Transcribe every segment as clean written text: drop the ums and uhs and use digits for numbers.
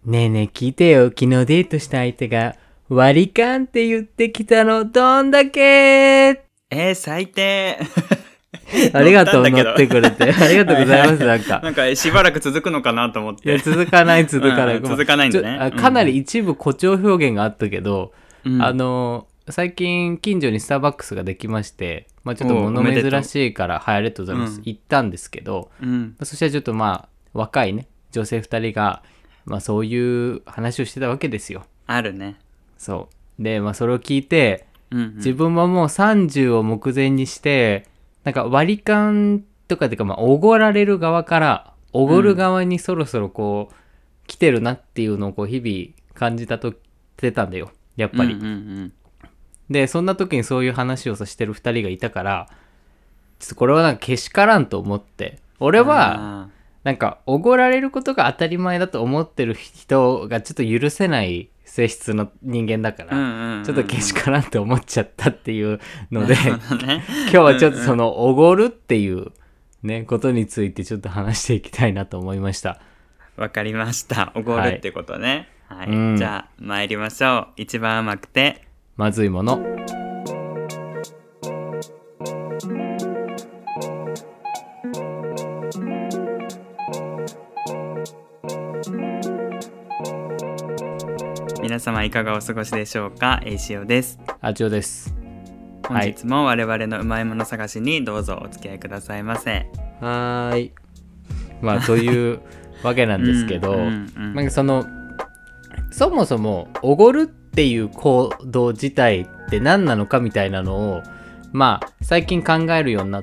ねえねえ聞いてよ。昨日デートした相手が割り勘って言ってきたの。どんだけ最低。 ありがとう、乗乗ったんだけどってくれて。ありがとうございます。なんか。 なんかしばらく続くのかなと思っいや、 て。 続かない、続かない。 続かないんだね。 かなり一部誇張表現があったけど、 うん最近近所にスターバックスができまして、まあちょっと物珍しいから、はい、ありがとうございます。行ったんですけど、そしたらちょっとまあ、若いね、女性二人が、まあそういう話をしてたわけですよ。 あるね。 そう。で、まあそれを聞いて、 うんうん自分はもう30を目前にして、なんか割り勘とかっていうか、まあおごられる側から、おごる側にそろそろこう、来てるなっていうのをこう日々感じたとってたんだよ。やっぱり。 うんうんで、そんな時にそういう話をさしてる二人がいたから、ちょっとこれはなんかけしからんと思って、俺は、なんか、おごられることが当たり前だと思ってる人がちょっと許せない性質の人間だから、ちょっとけしからんと思っちゃったっていうので、 ね、 今日はちょっとその、おごるっていうね、ことについてちょっと話していきたいなと思いました。 わかりました。おごるってことね。はい。じゃあ、参りましょう。一番甘くて、 まずいもの。 皆様いかがお過ごしでしょうか。えいしおです。 あちおです。 本日も我々のうまいもの探しにどうぞお付き合いくださいませ。 はーい。まあ、というわけなんですけど、なんかそもそも、おごるっていう行動自体って何なのかみたいなのを、まあ、最近考えるようになって、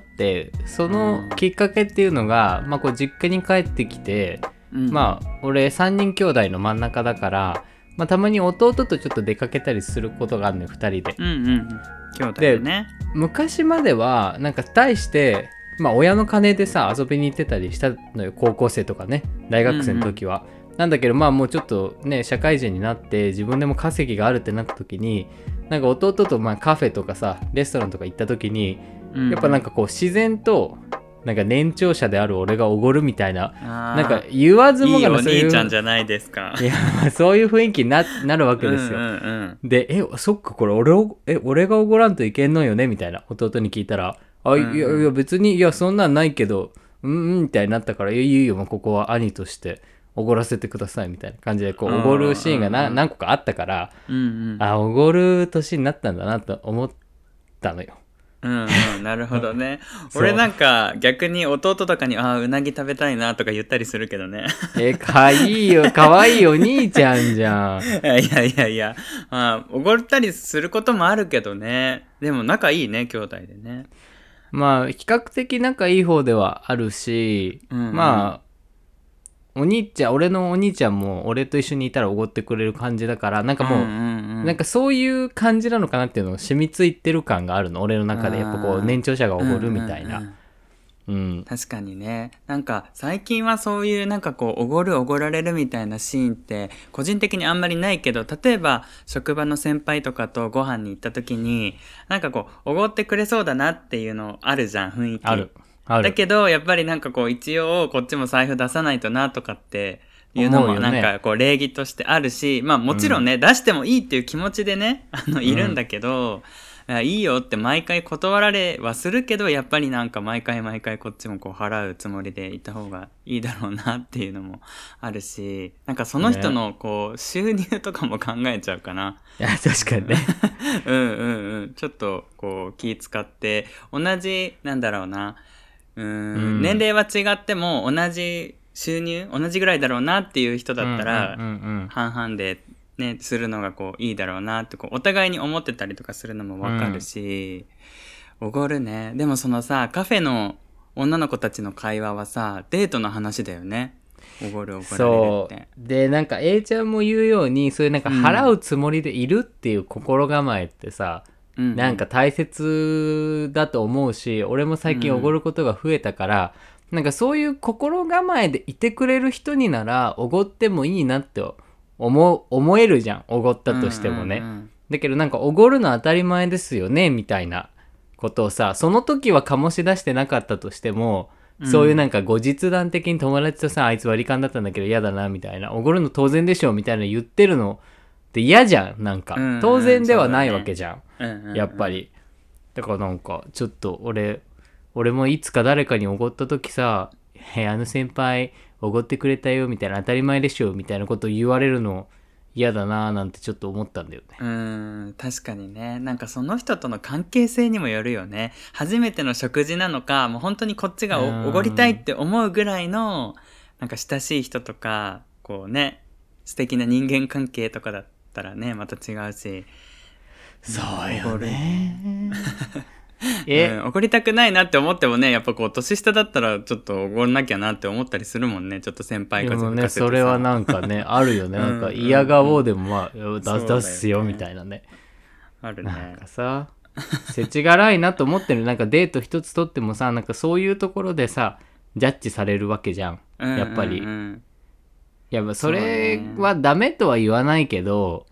そのきっかけっていうのが、まあ、こう実家に帰ってきて、まあ、俺3人兄弟の真ん中だから、まあ、たまに弟とちょっと出かけたりすることがあるのよ、2人で。 兄弟でね。 昔までは、なんか対して、まあ親の金でさ、遊びに行ってたりしたのよ、高校生とかね、大学生の時は。なんだけど、まあもうちょっとね、社会人になって自分でも稼ぎがあるってなった時に、なんか弟とまあカフェとかさ、レストランとか行った時に、やっぱなんかこう自然と、なんか年長者である俺がおごるみたいな、なんか言わずもがな、 そういういいお兄ちゃんじゃないですか。 いや、そういう雰囲気になるわけですよ。で、そっか、これ俺がおごらんといけんのよねみたいな弟に聞いたら、いや別に、いやそんなんないけど、みたいになったから、いいよ、もうここは兄としておごらせてくださいみたいな感じで、こうおごるシーンが何個かあったから、おごる年になったんだなと思ったのよ。 なるほどね。俺なんか逆に弟とかにうなぎ食べたいなとか言ったりするけどね。 かわいいお兄ちゃんじゃん。 いや、おごったりすることもあるけどね。でも仲いいね、兄弟でね。 まあ比較的仲いい方ではあるし、まあ俺のお兄ちゃんも俺と一緒にいたらおごってくれる感じだから、なんかもう、なんかそういう感じなのかなっていうのを染みついてる感があるの、俺の中で。やっぱこう年長者がおごるみたいな。 確かにね。なんか最近はそういうなんかこうおごられるみたいなシーンって個人的にあんまりないけど、例えば職場の先輩とかとご飯に行った時になんかこうおごってくれそうだなっていうのあるじゃん、雰囲気。ある。だけどやっぱりなんかこう一応こっちも財布出さないとなとかっていうのもなんかこう礼儀としてあるし、まあもちろんね、出してもいいっていう気持ちでねいるんだけど、いいよって毎回断られはするけど、やっぱりなんか毎回こっちもこう払うつもりでいた方がいいだろうなっていうのもあるし、なんかその人のこう収入とかも考えちゃうかな。 いや確かにね。 ちょっとこう気使って同じなんだろうな。年齢は違っても同じ収入同じぐらいだろうなっていう人だったら半々でねするのがこういいだろうなってこうお互いに思ってたりとかするのもわかるし、おごるね。でもそのさカフェの女の子たちの会話はさデートの話だよね。おごられるって。 そうでなんか A ちゃんも言うように、そういうなんか払うつもりでいるっていう心構えってさ、なんか大切だと思うし、俺も最近おごることが増えたから、なんかそういう心構えでいてくれる人にならおごってもいいなって思えるじゃん、おごったとしてもね。だけどなんかおごるの当たり前ですよねみたいなことをさ、その時は醸し出してなかったとしても、 そういうなんか後日談的に友達とさ、あいつ割り勘だったんだけど嫌だなみたいな、おごるの当然でしょみたいな言ってるのって嫌じゃん。なんか当然ではないわけじゃん、やっぱり。だからなんかちょっと俺もいつか誰かにおごった時さ、あの先輩おごってくれたよみたいな、当たり前でしょみたいなことを言われるの嫌だなーなんてちょっと思ったんだよね。 確かにね。なんかその人との関係性にもよるよね。初めての食事なのか、もう本当にこっちがおごりたいって思うぐらいのなんか親しい人とか、こうね、素敵な人間関係とかだったらね、また違うし。 そうよね。 おごりたくないなって思ってもね、やっぱこう年下だったらちょっとおごんなきゃなって思ったりするもんね。ちょっと先輩風吹かせてさ。でもね、それはなんかねあるよね。なんか嫌顔でもまあ出すよみたいなね。 あるね。 なんかさ、世知辛いなと思ってる。なんかデート一つとってもさ、なんかそういうところでさジャッジされるわけじゃん。やっぱり。いやそれはダメとは言わないけど、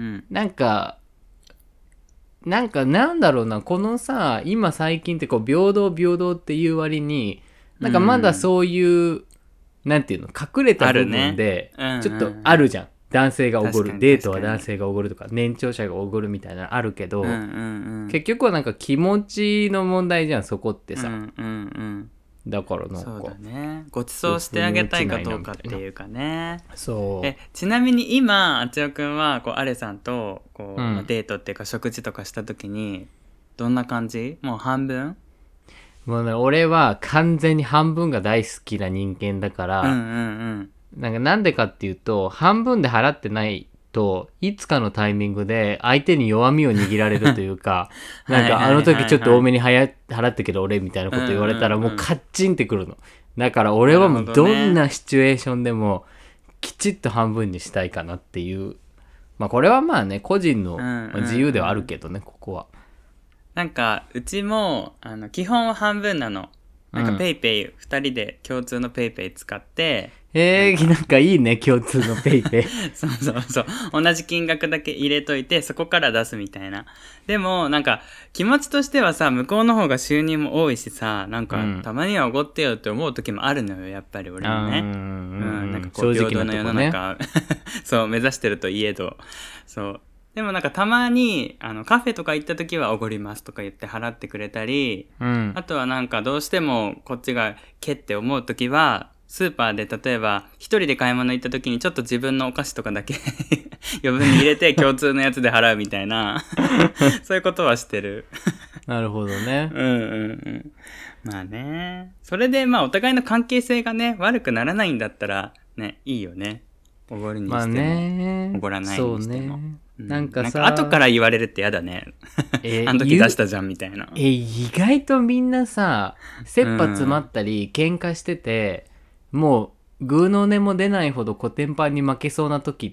なんだろうな、このさ、今最近ってこう平等っていう割に、なんかまだそういう、なんていうの、隠れた部分で、ちょっとあるじゃん。男性がおごる。デートは男性がおごるとか、年長者がおごるみたいなのあるけど、結局はなんか気持ちの問題じゃん、そこってさ。だからなんかそうだね、ご馳走してあげたいかどうかっていうかね。 そうちなみに今あちおくんはこうアレさんとこう、デートっていうか食事とかした時にどんな感じ？もう半分？ もうね、俺は完全に半分が大好きな人間だから、なんでかっていうと、半分で払ってないといつかのタイミングで相手に弱みを握られるというかなんかあの時ちょっと多めに払ったけど俺みたいなこと言われたらもうカッチンってくるの。だから俺はもうどんなシチュエーションでもきちっと半分にしたいかなっていう。まあこれはまあね個人の自由ではあるけどね、ここは。 なんかうちも基本は半分なの。なんかペイペイ2人で共通のペイペイ使ってなんかいいね、共通のペイペイ。 そう同じ金額だけ入れといてそこから出すみたいな。でもなんか気持ちとしてはさ、向こうの方が収入も多いしさ、なんか、たまにはおごってよって思う時もあるのよ、やっぱり俺もね。なんかこう平等な世の中、そう目指してるといえど、そうでもなんかたまにカフェとか行った時はおごりますとか言って払ってくれたり、あとはなんかどうしてもこっちがけって思う時はスーパーで例えば一人で買い物行った時にちょっと自分のお菓子とかだけ余分に入れて共通のやつで払うみたいなそういうことはしてる。 なるほどね。 まあね、それでまあお互いの関係性がね悪くならないんだったらね、いいよね。おごるにしても、おごらないにしても。 なんかさ、 後から言われるってやだね。あの時出したじゃんみたいな。 意外とみんなさ、切羽詰まったり喧嘩してて、もうグーの音も出ないほどコテンパンに負けそうな時って、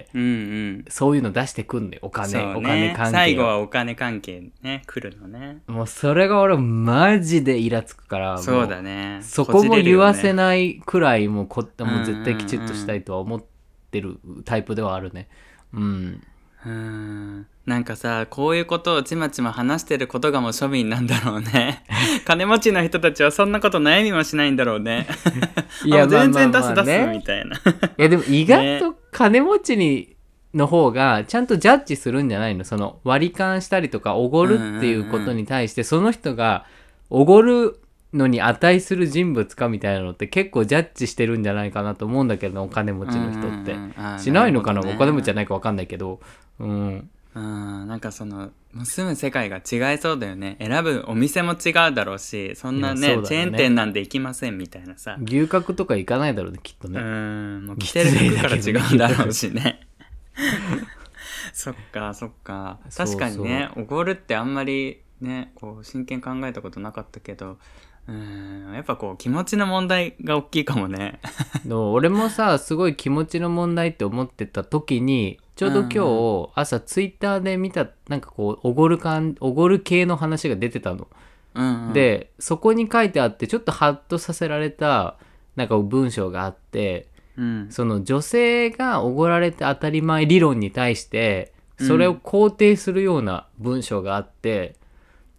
そういうの出してくんだよ。お金関係。 最後はお金関係ね、来るのね。 もうそれが俺マジでイラつくから、 そうだね。 そこも言わせないくらいもう絶対きちっとしたいとは思ってるタイプではあるね。 なんかさ、こういうことをちまちま話してることがもう庶民なんだろうね。金持ちの人たちはそんなこと悩みもしないんだろうね。いや全然出すみたいな。いやでも意外と金持ちの方がちゃんとジャッジするんじゃないの？その割り勘したりとかおごるっていうことに対してその人がおごるのに値する人物かみたいなのって結構ジャッジしてるんじゃないかなと思うんだけど、お金持ちの人ってしないのかな、お金持ちじゃないか分かんないけど、 なんかその住む世界が違いそうだよね。選ぶお店も違うだろうし、そんな ねチェーン店なんで行きませんみたいなさ、 牛角とか行かないだろうねきっとね。 もう着てる服から違うんだろうしね。そっか確かにね、おごるってあんまりねこう真剣考えたことなかったけど、やっぱこう気持ちの問題が大きいかもね。 俺もさすごい気持ちの問題って思ってた時にちょうど今日朝ツイッターで見たなんかこうおごる系の話が出てたの、でそこに書いてあってちょっとハッとさせられたなんか文章があって、その女性がおごられて当たり前理論に対してそれを肯定するような文章があって、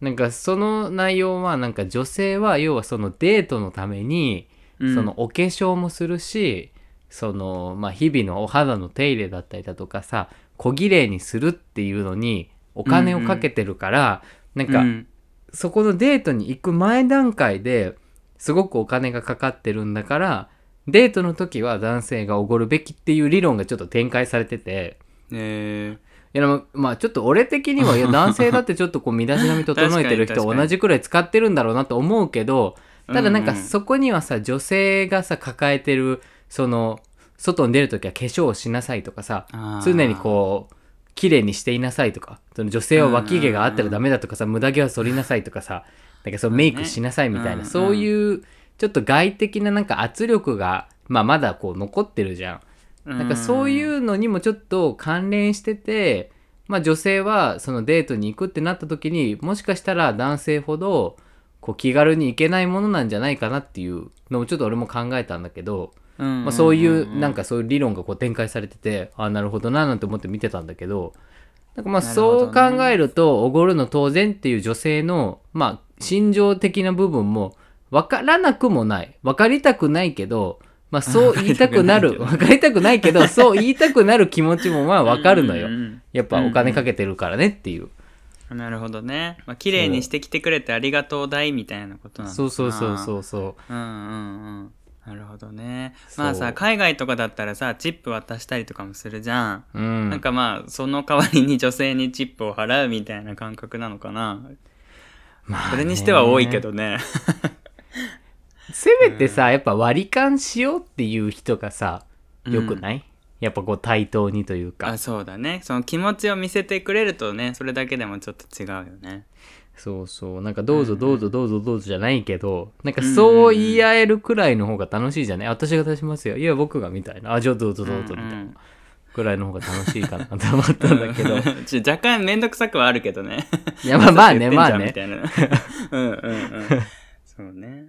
なんかその内容はなんか女性は要はそのデートのためにそのお化粧もするし、そのまあ日々のお肌の手入れだったりだとかさ、小綺麗にするっていうのにお金をかけてるから、なんかそこのデートに行く前段階ですごくお金がかかってるんだから、デートの時は男性がおごるべきっていう理論がちょっと展開されてて、いやまあちょっと俺的にはいや男性だってちょっとこう身だしなみ整えてる人同じくらい使ってるんだろうなと思うけど、ただなんかそこにはさ、女性がさ抱えてるその外に出るときは化粧をしなさいとかさ、常にこう綺麗にしていなさいとか、その女性は脇毛があったらダメだとかさ、無駄毛は剃りなさいとかさ、なんかそのメイクしなさいみたいな、そういうちょっと外的ななんか圧力がまあまだこう残ってるじゃん。なんかそういうのにもちょっと関連してて、まあ女性はそのデートに行くってなった時にもしかしたら男性ほどこう気軽に行けないものなんじゃないかなっていうのをちょっと俺も考えたんだけど、まあ、そういうなんかそういう理論がこう展開されてて、ああなるほどななんて思って見てたんだけど、なんかまあそう考えるとおごるの当然っていう女性のまあ心情的な部分も分からなくもない、分かりたくないけど、まあそう言いたくなる分かりたくないけどそう言いたくなる気持ちもまあ分かるのよ。やっぱお金かけてるからねっていう。 なるほどね。まあ綺麗にしてきてくれてありがとうだいみたいなことなのかな。 そうそうそうそうそう。 なるほどね。まあさ、海外とかだったらさチップ渡したりとかもするじゃん。なんかまあその代わりに女性にチップを払うみたいな感覚なのかな。まあそれにしては多いけどね。 せめてさ、やっぱ割り勘しようっていう人がさ、よくない？やっぱこう対等にというか。 あ、そうだね。その気持ちを見せてくれるとね、それだけでもちょっと違うよね。 そうそう、なんかどうぞどうぞどうぞどうぞじゃないけど、なんかそう言い合えるくらいの方が楽しいじゃない？私が出しますよ、いや僕がみたいな、あじゃあどうぞどうぞみたいなくらいの方が楽しいかなと思ったんだけど若干めんどくさくはあるけどね。 いやまあねまあねそうね。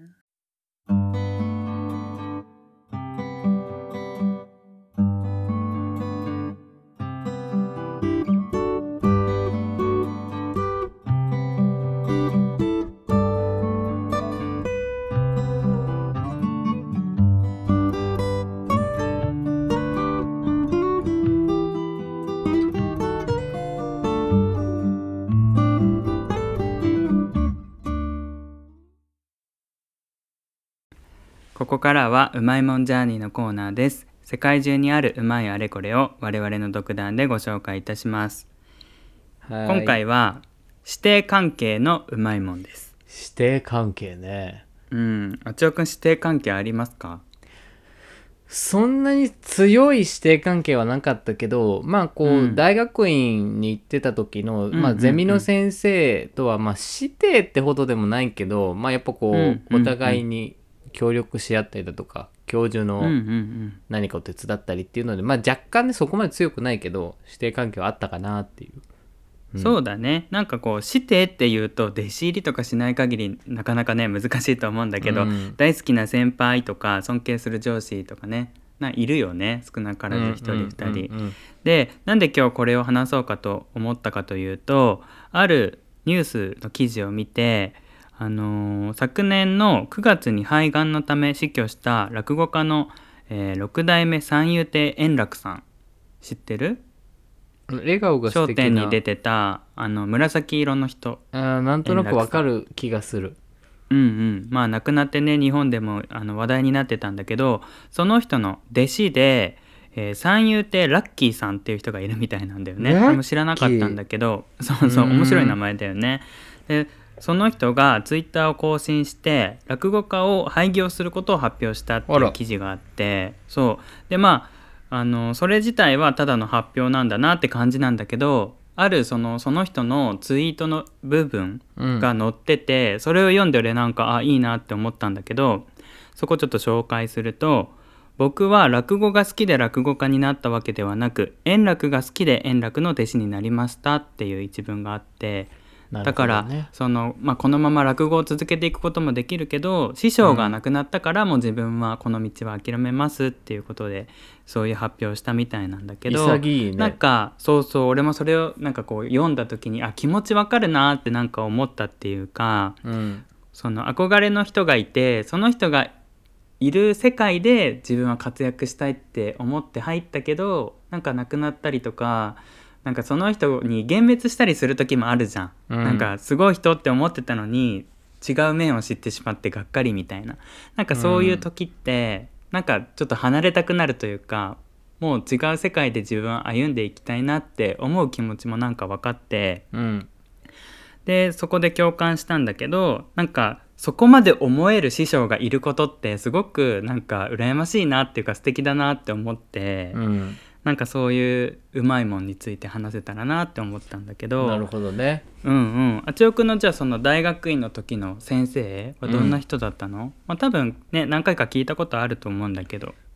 ここからはうまいもんジャーニーのコーナーです。世界中にあるうまいあれこれを我々の独断でご紹介いたします。今回は師弟関係のうまいもんです。 師弟関係ね。 あちおくん師弟関係ありますか？ そんなに強い師弟関係はなかったけど、まあこう、大学院に行ってた時の、まあゼミの先生とはまあ師弟ってほどでもないけど、まあやっぱこう、お互いに協力し合ったりだとか、教授の何かを手伝ったりっていうので、まあ若干ねそこまで強くないけど師弟関係はあったかなっていう。 そうだね。なんかこう師弟っていうと弟子入りとかしない限りなかなかね難しいと思うんだけど、大好きな先輩とか尊敬する上司とかねいるよね、少なからず1人2人で。なんで今日これを話そうかと思ったかというと、あるニュースの記事を見て、昨年の9月に肺がんのため死去した落語家の、六代目三遊亭円楽さん知ってる？ 笑顔が素敵な笑点に出てた紫色の人。 なんとなくわかる気がする。 まあ亡くなってね日本でも話題になってたんだけど、その人の弟子で、三遊亭ラッキーさんっていう人がいるみたいなんだよね。これも知らなかったんだけど、そうそう面白い名前だよね。でその人がツイッターを更新して落語家を廃業することを発表したっていう記事があって、そうでまあそれ自体はただの発表なんだなって感じなんだけど、あるその人のツイートの部分が載ってて、それを読んで俺なんかいいなって思ったんだけど、そこちょっと紹介すると、僕は落語が好きで落語家になったわけではなく、円楽が好きで円楽の弟子になりましたっていう一文があって、 だからその、このまま落語を続けていくこともできるけど、師匠が亡くなったからもう自分はこの道は諦めますっていうことでそういう発表をしたみたいなんだけど、 潔いね。 なんかそう俺もそれをなんかこう読んだ時に気持ちわかるなってなんか思ったっていうか、その憧れの人がいて、その人がいる世界で自分は活躍したいって思って入ったけど、なんか亡くなったりとか、なんかその人に幻滅したりする時もあるじゃん、なんかすごい人って思ってたのに違う面を知ってしまってがっかりみたいな、なんかそういう時って、なんかちょっと離れたくなるというか、もう違う世界で自分は歩んでいきたいなって思う気持ちもなんか分かって、でそこで共感したんだけど、なんかそこまで思える師匠がいることってすごくなんか羨ましいなっていうか素敵だなって思って、なんかそういううまいもんについて話せたらなって思ったんだけど。 なるほどね。 あちおくんのじゃあその大学院の時の先生はどんな人だったの？多分ね何回か聞いたことあると思うんだけど。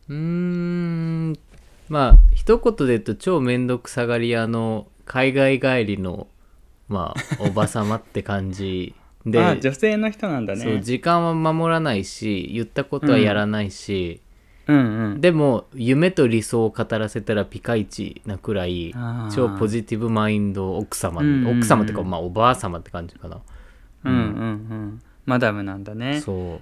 一言で言うと超めんどくさがり屋の海外帰りのおばさまって感じで女性の人なんだね。 そう時間は守らないし言ったことはやらないし、でも夢と理想を語らせたらピカイチなくらい超ポジティブマインド奥様っていうかおばあ様って感じかな。 マダムなんだね。 そう、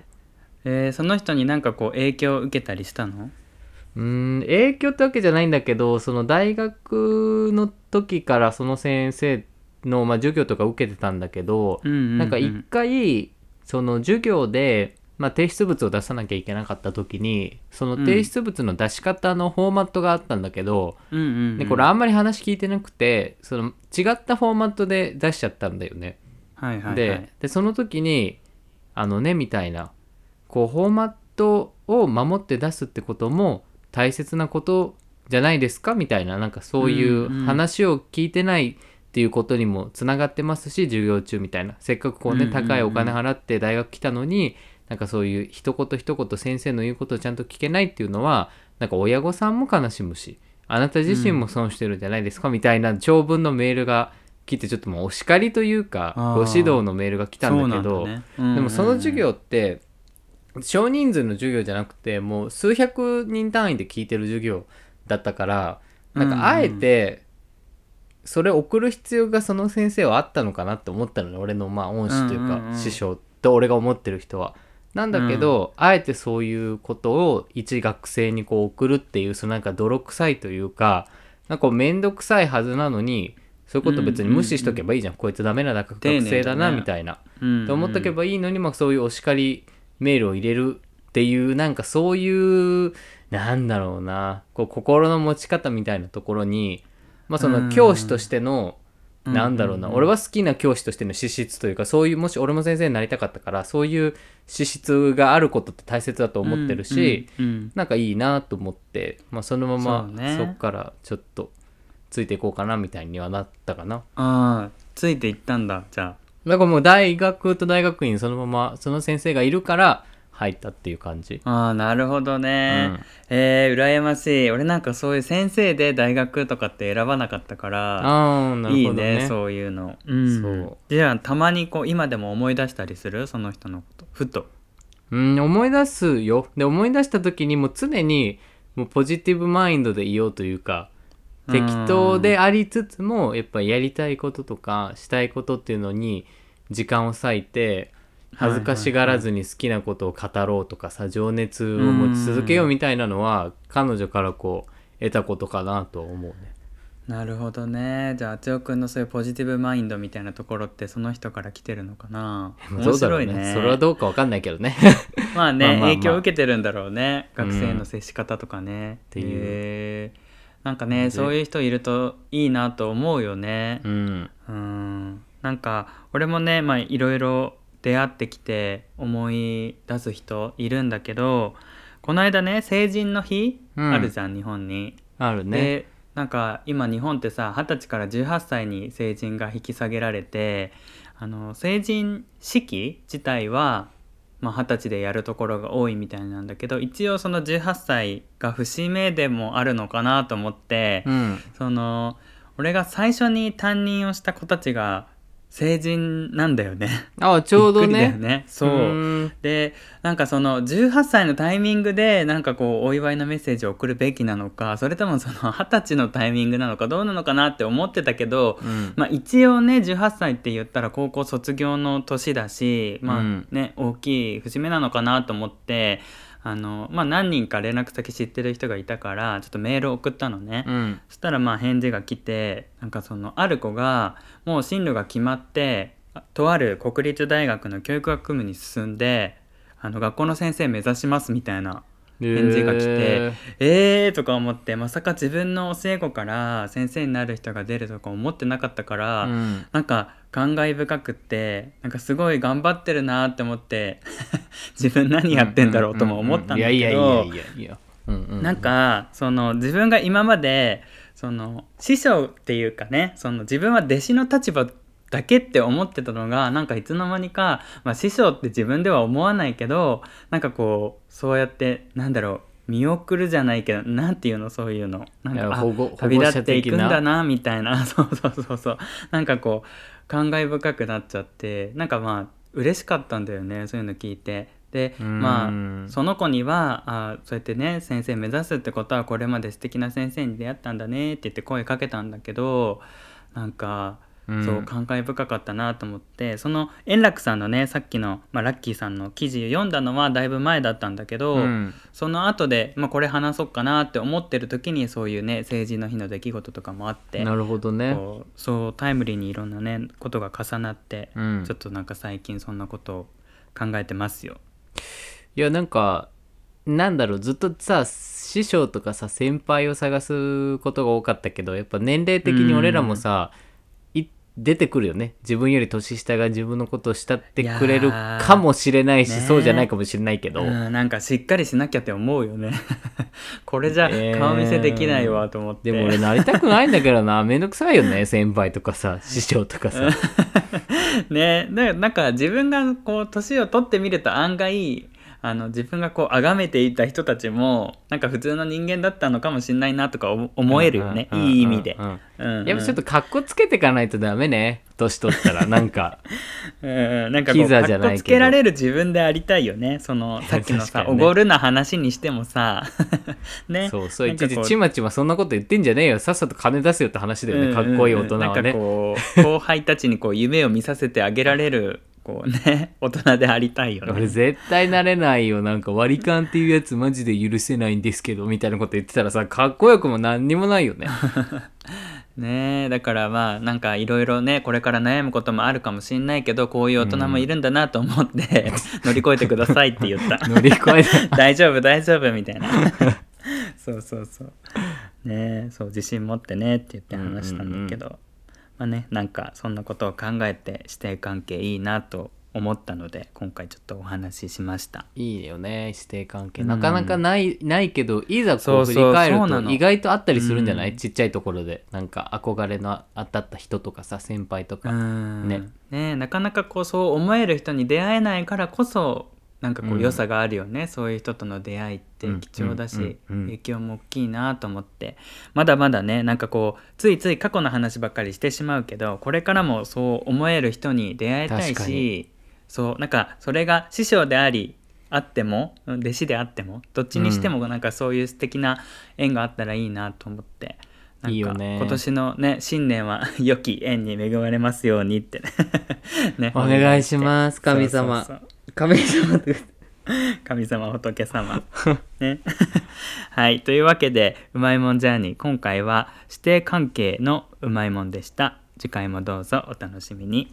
その人になんかこう影響を受けたりしたの？ 影響ってわけじゃないんだけど、その大学の時からその先生の、授業とか受けてたんだけど、なんか一回その授業で、提出物を出さなきゃいけなかった時にその提出物の出し方のフォーマットがあったんだけど、でこれあんまり話聞いてなくてその違ったフォーマットで出しちゃったんだよね。でその時にみたいなこうフォーマットを守って出すってことも大切なことじゃないですかみたいな、なんかそういう話を聞いてないっていうことにもつながってますし、授業中みたいなせっかくこうね高いお金払って大学来たのになんかそういう一言一言先生の言うことをちゃんと聞けないっていうのはなんか親御さんも悲しむしあなた自身も損してるんじゃないですかみたいな長文のメールが来て、ちょっともうお叱りというかご指導のメールが来たんだけど、でもその授業って少人数の授業じゃなくてもう数百人単位で聞いてる授業だったから、なんかあえてそれを送る必要がその先生はあったのかなって思ったのね、俺の恩師というか師匠と俺が思ってる人は。なんだけど、あえてそういうことを一学生にこう送るっていう、そのなんか泥臭いというかなんかめんどくさいはずなのにそういうこと別に無視しとけばいいじゃん、こいつダメな学生だなみたいな、って思っとけばいいのに、そういうお叱りメールを入れるっていう、なんかそういうなんだろうな、こう心の持ち方みたいなところに、その教師としてのなんだろうな、俺は好きな教師としての資質というか、そういうもし俺も先生になりたかったからそういう資質があることって大切だと思ってるし、なんかいいなと思って、そのままそっからちょっとついていこうかなみたいにはなったかな。 ついていったんだ。じゃあだからもう大学と大学院そのままその先生がいるから入ったっていう感じ。 なるほどね。羨ましい。俺なんかそういう先生で大学とかって選ばなかったから、 なるほどね、 いいねそういうの。そうじゃあたまにこう今でも思い出したりする？その人のことふと。 思い出すよ。で思い出した時にもう常にもうポジティブマインドでいようというか、適当でありつつもやっぱやりたいこととかしたいことっていうのに時間を割いて恥ずかしがらずに好きなことを語ろうとかさ、情熱を持ち続けようみたいなのは彼女からこう得たことかなと思うね。 なるほどね。じゃああつよくんのそういうポジティブマインドみたいなところってその人から来てるのかな。面白いね。 それはどうか分かんないけどね影響を受けてるんだろうね、学生の接し方とかね、っていう。なんかねそういう人いるといいなと思うよね。なんか俺もねいろいろ出会ってきて思い出す人いるんだけど、この間ね成人の日あるじゃん、日本に。 あるね。 でなんか今日本ってさ20歳から18歳に成人が引き下げられて、成人式自体は20歳でやるところが多いみたいなんだけど、一応その18歳が節目でもあるのかなと思って、その俺が最初に担任をした子たちが成人なんだよね。 あ、ちょうどびっくりだよね。 ね。そう。で、なんかその18歳のタイミングでなんかこうお祝いのメッセージを送るべきなのか、それともその20歳のタイミングなのかどうなのかなって思ってたけど、まあ一応ね18歳って言ったら高校卒業の年だし、まあね、大きい節目なのかなと思って、まあ何人か連絡先知ってる人がいたからちょっとメール送ったのね。そしたらまあ返事が来て、なんかそのある子がもう進路が決まってとある国立大学の教育学部に進んで学校の先生目指しますみたいな返事が来て、とか思って、まさか自分の教え子から先生になる人が出るとか思ってなかったから、なんか感慨深くって、なんかすごい頑張ってるなって思って自分何やってんだろうとも思ったんだけど、なんかその自分が今までその師匠っていうかね、その自分は弟子の立場だけって思ってたのが、なんかいつの間にか、まあ、師匠って自分では思わないけど、なんかこうそうやってなんだろう、見送るじゃないけど、なんていうの、そういうのなんか旅立っていくんだなみたいなそうなんかこう感慨深くなっちゃって、なんかまあ嬉しかったんだよね、そういうの聞いて。でまあその子にはそうやってね先生目指すってことはこれまで素敵な先生に出会ったんだねって言って声かけたんだけど、なんかそう感慨深かったなと思って、その円楽さんのねさっきの、まあ、ラッキーさんの記事読んだのはだいぶ前だったんだけど、その後で、まあ、これ話そうかなって思ってる時にそういうね成人の日の出来事とかもあって、 なるほどね、 そうタイムリーにいろんなねことが重なって、ちょっとなんか最近そんなことを考えてますよ。 いやなんかなんだろう、ずっとさ師匠とかさ先輩を探すことが多かったけど、やっぱ年齢的に俺らもさ、出てくるよね。自分より年下が自分のことを慕ってくれるかもしれないし、そうじゃないかもしれないけど、 なんかしっかりしなきゃって思うよねこれじゃ顔見せできないわと思って、 でも俺なりたくないんだけどなめんどくさいよね先輩とかさ師匠とかさね、なんか自分がこう年を取ってみると案外自分がこう崇めていた人たちもなんか普通の人間だったのかもしれないなとか思えるよね、いい意味で。 やっぱちょっとカッコつけていかないとダメね、年取ったらなんかなんかこうカッコつけられる自分でありたいよね。そのさっきのさ、おごるな話にしてもさね、 そういちいちちまちまそんなこと言ってんじゃねえよ、さっさと金出せよって話だよね、かっこいい大人はね。 なんかこう後輩たちにこう夢を見させてあげられるこうね大人でありたいよね。 俺絶対なれないよ。なんか割り勘っていうやつマジで許せないんですけどみたいなこと言ってたらさ、かっこよくも何にもないよねねえ、だからまあなんかいろいろねこれから悩むこともあるかもしれないけど、こういう大人もいるんだなと思って、乗り越えてくださいって言った乗り越えて大丈夫大丈夫みたいなそうねえ、そう自信持ってねって言って話したんだけど、まあね、なんかそんなことを考えて師弟関係いいなと思ったので今回ちょっとお話ししました。 いいよね師弟関係、なかなかないけど、いざこう振り返ると意外とあったりするんじゃない、ちっちゃいところでなんか憧れの当たった人とかさ先輩とかね、 なかなかこうそう思える人に出会えないからこそなんかこう良さがあるよね、そういう人との出会いって貴重だし、影響も大きいなと思って、まだまだねなんかこうついつい過去の話ばっかりしてしまうけど、これからもそう思える人に出会いたいし、そうなんかそれが師匠でありあっても弟子であってもどっちにしてもなんかそういう素敵な縁があったらいいなと思って、なんかいいよね、 今年のね新年は良き縁に恵まれますようにってねお願いします神様。神様仏様ねはいというわけでうまいもんジャーニー、今回は師弟関係のうまいもんでした。次回もどうぞお楽しみに。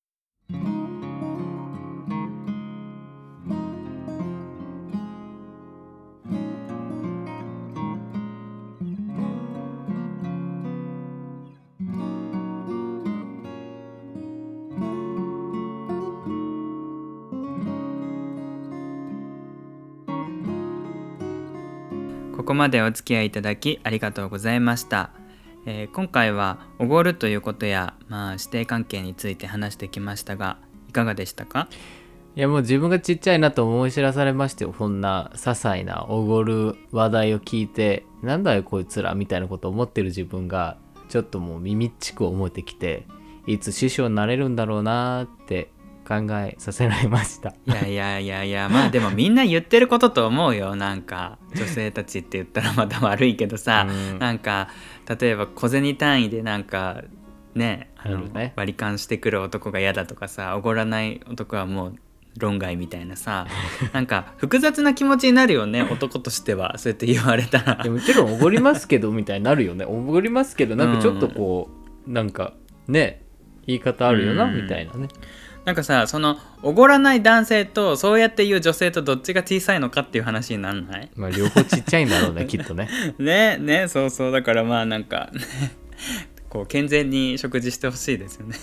ここまでお付き合いいただきありがとうございました。今回はおごるということや、師弟関係について話してきましたがいかがでしたか？ いやもう自分がちっちゃいなと思い知らされましたよ。こんな些細なおごる話題を聞いて、なんだよこいつらみたいなこと思ってる自分がちょっともう耳っちく思えてきて、 いつ師匠になれるんだろうなって考えさせられました。 いやまあでもみんな言ってることと思うよ。なんか女性たちって言ったらまた悪いけどさ、なんか例えば小銭単位でなんかね、割り勘してくる男が嫌だとかさ、おごらない男はもう論外みたいなさ、なんか複雑な気持ちになるよね男としては。そうやって言われたらもちろんおごりますけどみたいになるよね。おごりますけどなんかちょっとこう、なんかね言い方あるよな、みたいなね。 なんかさ、そのおごらない男性とそうやって言う女性とどっちが小さいのかっていう話にならない？ まあ両方ちっちゃいんだろうねきっとね。 ねそうだからまあなんかこう健全に食事してほしいですよね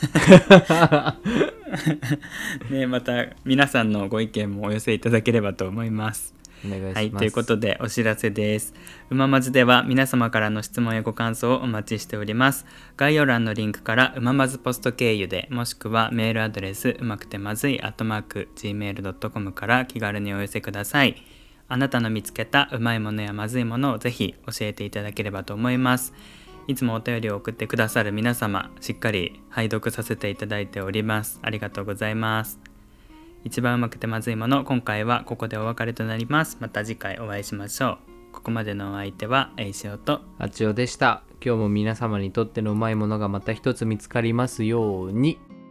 ね、また皆さんのご意見もお寄せいただければと思います。 お願いします。 はい、ということでお知らせです。うままずでは皆様からの質問やご感想をお待ちしております。概要欄のリンクからうままずポスト経由で、もしくはメールアドレスうまくてまずい@gmail.com から気軽にお寄せください。あなたの見つけたうまいものやまずいものをぜひ教えていただければと思います。いつもお便りを送ってくださる皆様、しっかり拝読させていただいております。ありがとうございます。一番うまくてまずいもの、今回はここでお別れとなります。また次回お会いしましょう。ここまでのお相手はえいしおとあちおでした。今日も皆様にとってのうまいものがまた一つ見つかりますように。